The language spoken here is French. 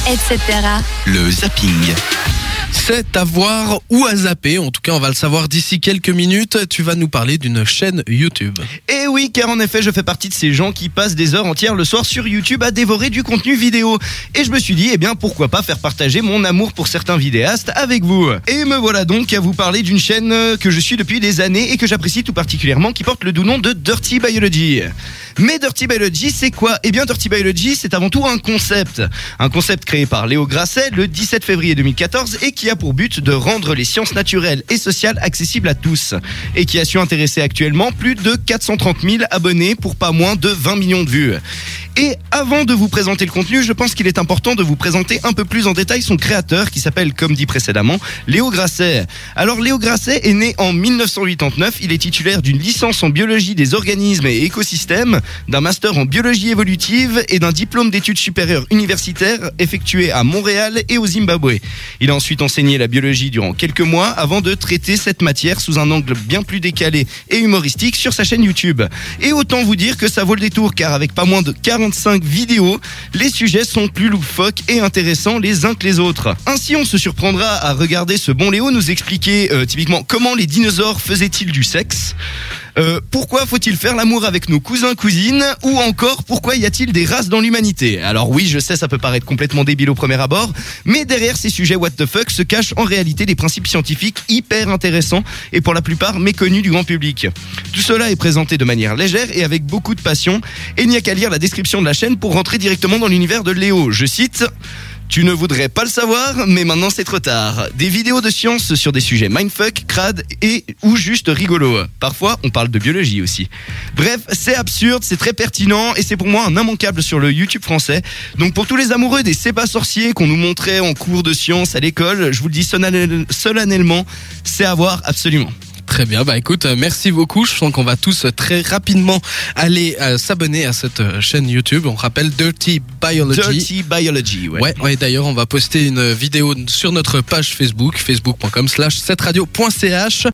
etc. Le zapping. C'est à voir ou à zapper. En tout cas, on va le savoir d'ici quelques minutes. Tu vas nous parler d'une chaîne YouTube. Et oui, car en effet, je fais partie de ces gens qui passent des heures entières le soir sur YouTube à dévorer du contenu vidéo. Et je me suis dit, pourquoi pas faire partager mon amour pour certains vidéastes avec vous. Et me voilà donc à vous parler d'une chaîne que je suis depuis des années et que j'apprécie tout particulièrement, qui porte le doux nom de Dirty Biology. Mais Dirty Biology, c'est quoi ? Dirty Biology, c'est avant tout un concept. Un concept créé par Léo Grasset le 17 février 2014 et qui a pour but de rendre les sciences naturelles et sociales accessibles à tous. Et qui a su intéresser actuellement plus de 430 000 abonnés pour pas moins de 20 millions de vues. Et avant de vous présenter le contenu, je pense qu'il est important de vous présenter un peu plus en détail son créateur qui s'appelle, comme dit précédemment, Léo Grasset. Alors Léo Grasset est né en 1989, il est titulaire d'une licence en biologie des organismes et écosystèmes, d'un master en biologie évolutive et d'un diplôme d'études supérieures universitaires effectué à Montréal et au Zimbabwe. Il a ensuite enseigné la biologie durant quelques mois avant de traiter cette matière sous un angle bien plus décalé et humoristique sur sa chaîne YouTube. Et autant vous dire que ça vaut le détour, car avec pas moins de 45 vidéos, les sujets sont plus loufoques et intéressants les uns que les autres. Ainsi, on se surprendra à regarder ce bon Léo nous expliquer typiquement comment les dinosaures faisaient-ils du sexe, pourquoi faut-il faire l'amour avec nos cousins-cousines, ou encore pourquoi y a-t-il des races dans l'humanité. Alors oui, je sais, ça peut paraître complètement débile au premier abord, mais derrière ces sujets what the fuck se cachent en réalité des principes scientifiques hyper intéressants et pour la plupart méconnus du grand public. Tout cela est présenté de manière légère et avec beaucoup de passion, et il n'y a qu'à lire la description de la chaîne pour rentrer directement dans l'univers de Léo. Je cite: tu ne voudrais pas le savoir, mais maintenant c'est trop tard. Des vidéos de science sur des sujets mindfuck, crades et ou juste rigolos. Parfois, on parle de biologie aussi. Bref, c'est absurde, c'est très pertinent et c'est pour moi un immanquable sur le YouTube français. Donc pour tous les amoureux des c'est pas sorciers qu'on nous montrait en cours de sciences à l'école, je vous le dis solennellement, c'est à voir absolument. Très bien, écoute, merci beaucoup. Je sens qu'on va tous très rapidement aller s'abonner à cette chaîne YouTube. On rappelle Dirty Biology. Dirty Biology, ouais. Ouais, d'ailleurs, on va poster une vidéo sur notre page Facebook, facebook.com/7radio.ch.